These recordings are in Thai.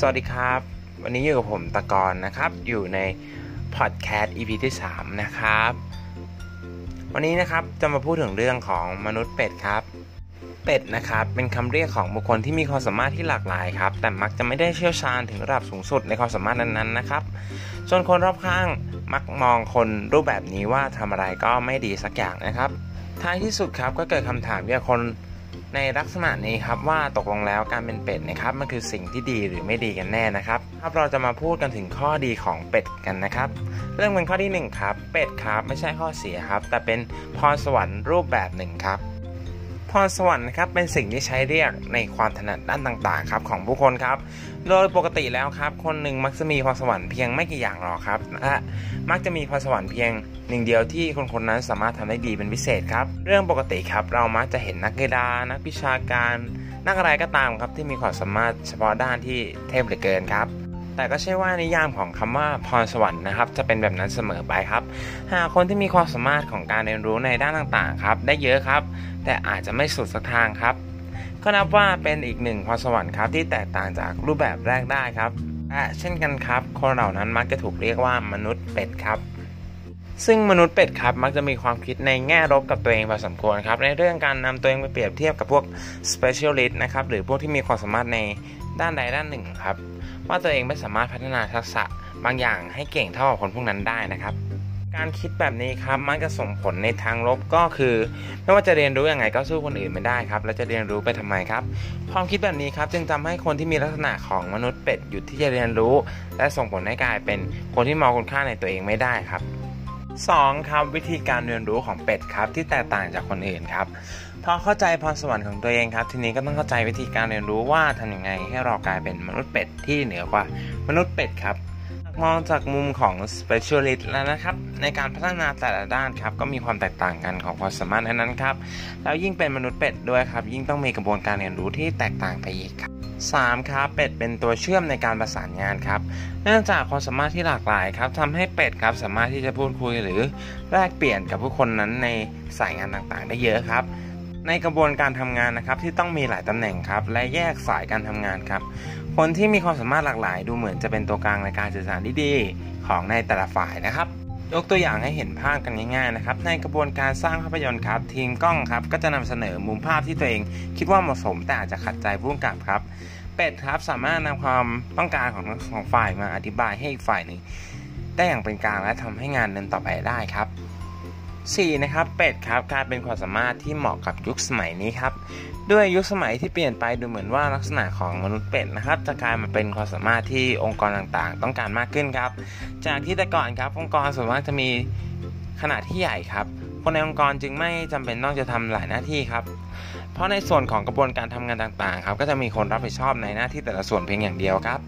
สวัสดีครับวันนี้อยู่กับผมตะกรนะครับอยู่ในพอดแคสต์ EP ที่3นะครับวันนี้นะครับจะมาพูดถึงเรื่องของมนุษย์เป็ดครับเป็ดนะครับเป็นคำเรียกของบุคคลที่มีความสามารถที่หลากหลายครับแต่มักจะไม่ได้เชี่ยวชาญถึงระดับสูงสุดในความสามารถนั้นๆนะครับจนคนรอบข้างมักมองคนรูปแบบนี้ว่าทำอะไรก็ไม่ดีสักอย่างนะครับท้ายที่สุดครับก็เกิดคำถามเกี่ยวกับคนในลักษณะนี้ครับว่าตกลงแล้วการเป็นเป็ดนะครับมันคือสิ่งที่ดีหรือไม่ดีกันแน่นะครับเราจะมาพูดกันถึงข้อดีของเป็ดกันนะครับเรื่องเป็นข้อที่1ครับเป็ดครับไม่ใช่ข้อเสียครับแต่เป็นพรสวรรค์รูปแบบหนึ่งครับพรสวรรค์นะครับเป็นสิ่งที่ใช้เรียกในความถนัดด้านต่างๆครับของผู้คนครับโดยปกติแล้วครับคนหนึ่งมักจะมีพรสวรรค์เพียงไม่กี่อย่างหรอกครับและมักจะมีพรสวรรค์เพียงหนึ่งเดียวที่คนนั้นสามารถทำได้ดีเป็นพิเศษครับเรื่องปกติครับเรามักจะเห็นนักกีฬานักวิชาการนักอะไรก็ตามครับที่มีความสามารถเฉพาะด้านที่เทพเหลือเกินครับแต่ก็ใช่ว่านิยามของคำว่าพรสวรรค์นะครับจะเป็นแบบนั้นเสมอไปครับหากคนที่มีความสามารถของการเรียนรู้ในด้านต่างๆครับได้เยอะครับแต่อาจจะไม่สุดสักทางครับก็นับว่าเป็นอีกหนึ่งพรสวรรค์ครับที่แตกต่างจากรูปแบบแรกได้ครับและเช่นกันครับคนเหล่านั้นมักจะถูกเรียกว่ามนุษย์เป็ดครับซึ่งมนุษย์เป็ดครับมักจะมีความคิดในแง่ลบกับตัวเองพอสมควรครับในเรื่องการนำตัวเองไปเปรียบเทียบกับพวก specialist นะครับหรือพวกที่มีความสามารถในด้านใดด้านหนึ่งครับว่าตัวเองไม่สามารถพัฒนาทักษะบางอย่างให้เก่งเท่ากับคนพวกนั้นได้นะครับการคิดแบบนี้ครับมักจะส่งผลในทางลบก็คือไม่ว่าจะเรียนรู้ยังไงก็สู้คนอื่นไม่ได้ครับแล้วจะเรียนรู้ไปทำไมครับความคิดแบบนี้ครับจึงทำให้คนที่มีลักษณะของมนุษย์เป็ดหยุดที่จะเรียนรู้และส่งผลให้กลายเป็นคนที่มองคุณค่าในตัวเองไม่ได้ครับ2ครับวิธีการเรียนรู้ของเป็ดครับที่แตกต่างจากคนอื่นครับพอเข้าใจพรสวรรค์ของตัวเองครับทีนี้ก็ต้องเข้าใจวิธีการเรียนรู้ว่าทำยังไงให้เรากลายเป็นมนุษย์เป็ดที่เหนือกว่ามนุษย์เป็ดครับมองจากมุมของ specialist แล้วนะครับในการพัฒนาแต่ละด้านครับก็มีความแตกต่างกันของความสามารถนั้นครับแล้วยิ่งเป็นมนุษย์เป็ดด้วยครับยิ่งต้องมีกระบวนการเรียนรู้ที่แตกต่างไปอีกครับ3ครับเป็ดเป็นตัวเชื่อมในการประสานงานครับเนื่องจากความสามารถที่หลากหลายครับทำให้เป็ดครับสามารถที่จะพูดคุยหรือแลกเปลี่ยนกับผู้คนนั้นในสายงานต่างๆได้เยอะครับในกระบวนการทำงานนะครับที่ต้องมีหลายตำแหน่งครับและแยกสายการทำงานครับคนที่มีความสามารถหลากหลายดูเหมือนจะเป็นตัวกลางในการสื่อสารที่ดีของในแต่ละฝ่ายนะครับยกตัวอย่างให้เห็นภาพกันง่ายๆนะครับในกระบวนการสร้างภาพยนตร์ครับทีมกล้องครับก็จะนำเสนอมุมภาพที่ตัวเองคิดว่าเหมาะสมแต่อาจจะขัดใจผู้กำกับครับเป็ดครับสามารถนำความต้องการของทั้งสองฝ่ายมาอธิบายให้อีกฝ่ายหนึ่งได้อย่างเป็นกลางและทำให้งานเดินต่อไปได้ครับ4นะครับเป็ดครับกลายเป็นความสามารถที่เหมาะกับยุคสมัยนี้ครับด้วยยุคสมัยที่เปลี่ยนไปดูเหมือนว่าลักษณะของมนุษย์เป็ดนะครับจะกลายมาเป็นความสามารถที่องค์กรต่างๆต้องการมากขึ้นครับจากที่แต่ก่อนครับองค์กรส่วนมากจะมีขนาดที่ใหญ่ครับคนในองค์กรจึงไม่จำเป็นต้องจะทำหลายหน้าที่ครับเพราะในส่วนของกระบวนการทำงานต่างๆครับก็จะมีคนรับผิดชอบในหน้าที่แต่ละส่วนเพียงอย่างเดียวครับ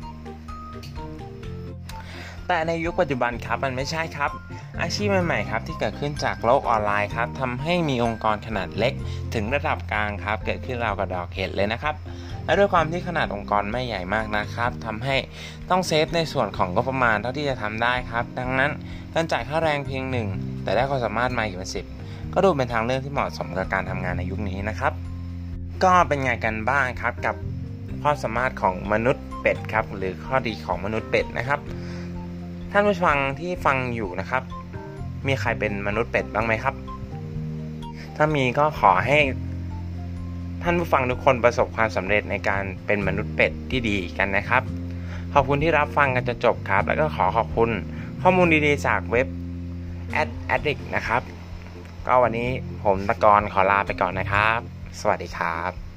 แต่ในยุคปัจจุบันครับมันไม่ใช่ครับอาชีพใหม่ๆครับที่เกิดขึ้นจากโลกออนไลน์ครับทำให้มีองค์กรขนาดเล็กถึงระดับกลางครับเกิดขึ้นราวกับดอกเห็ดเลยนะครับและด้วยความที่ขนาดองค์กรไม่ใหญ่มากนะครับทำให้ต้องเซฟในส่วนของงบประมาณเท่าที่จะทำได้ครับดังนั้นการจ่ายค่าแรงเพียง1แต่ได้ความสามารถมาอีกเป็น10ก็ดูเป็นทางเลือกที่เหมาะสมกับการทำงานในยุคนี้นะครับก็เป็นไงกันบ้างครับกับความสามารถของมนุษย์เป็ดครับหรือข้อดีของมนุษย์เป็ดนะครับท่านผู้ฟังที่ฟังอยู่นะครับมีใครเป็นมนุษย์เป็ดบ้างไหมครับถ้ามีก็ขอให้ท่านผู้ฟังทุกคนประสบความสำเร็จในการเป็นมนุษย์เป็ดที่ดีกันนะครับขอบคุณที่รับฟังกันจนจบครับแล้วก็ขอขอบคุณข้อมูลดีๆจากเว็บ Addict นะครับก็วันนี้ผมตะกรขอลาไปก่อนนะครับสวัสดีครับ